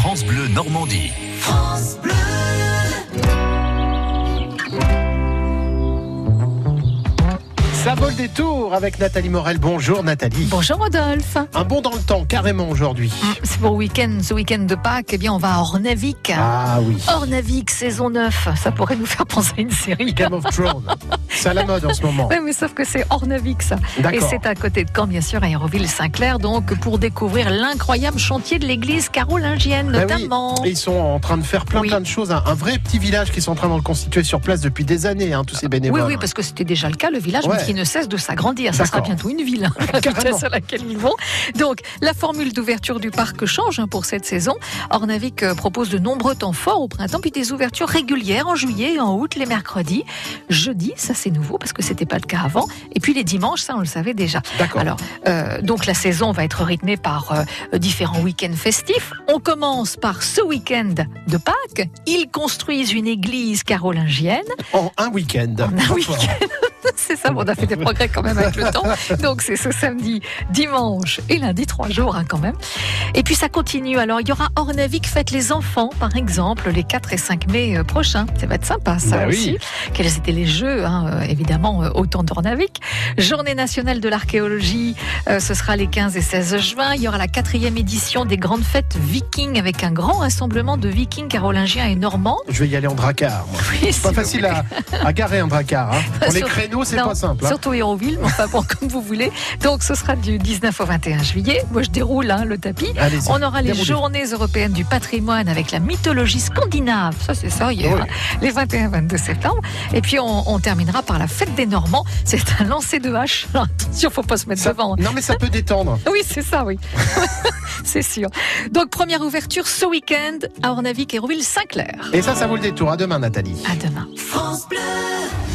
France Bleu Normandie. France Bleu. Ça vaut le détour avec Nathalie Morel. Bonjour Nathalie. Bonjour Rodolphe. Un bond dans le temps, carrément aujourd'hui. C'est pour ce week-end de Pâques, eh bien on va à Ornavik. Ah oui. Ornavik, saison 9, ça pourrait nous faire penser à une série. Game of Thrones. C'est à la mode en ce moment. Oui, mais sauf que c'est Ornavik ça. D'accord. Et c'est à côté de Caen, bien sûr, à Hérouville-Saint-Clair, donc pour découvrir l'incroyable chantier de l'église carolingienne, Ben notamment. oui. Et ils sont en train de faire plein de choses. Un vrai petit village qui sont en train de le constituer sur place depuis des années, tous ces bénévoles. Oui, parce que c'était déjà le cas, le village, Ouais. mais qui ne cesse de s'agrandir. Ça sera bientôt une ville, la vitesse à laquelle ils vont. Donc, la formule d'ouverture du parc change pour cette saison. Ornavik propose de nombreux temps forts au printemps, puis des ouvertures régulières en juillet et en août, les mercredis. Jeudi, ça c'est nouveau parce que c'était pas le cas avant. Et puis les dimanches, ça on le savait déjà. D'accord. Alors, donc la saison va être rythmée par différents week-ends festifs. On commence par ce week-end de Pâques. Ils construisent une église carolingienne. En un week-end. Un week-end. C'est ça, on a fait des progrès quand même avec le temps. Donc c'est ce samedi, dimanche et lundi, 3 jours quand même. Et puis ça continue. Alors il y aura Ornavik Fête les enfants, par exemple, les 4 et 5 mai prochains. Ça va être sympa ça aussi. Oui. Quels étaient les jeux, évidemment, au temps d'Ornavik. Journée nationale de l'archéologie, ce sera les 15 et 16 juin. Il y aura la 4e édition des grandes fêtes vikings avec un grand rassemblement de vikings carolingiens et normands. Je vais y aller en dracard. Moi. Oui, C'est pas facile à garer un dracard. Pour les créneaux, c'est pas simple. Surtout Hérouville, mais enfin bon, comme vous voulez. Donc ce sera du 19 au 21 juillet. Moi je déroule le tapis. Allez-y, on aura les déroulez. journées européennes du patrimoine avec la mythologie scandinave. Ça c'est sérieux. Oui. Les 21 et 22 septembre. Et puis on terminera par la fête des Normands. C'est un lancer de hache. Alors, attention, faut pas se mettre devant. Non mais ça peut détendre. Oui, c'est ça, oui. C'est sûr. Donc première ouverture ce week-end à Ornavik et Hérouville-Saint-Clair. Et ça vaut le détour. À demain Nathalie. À demain. France Bleu.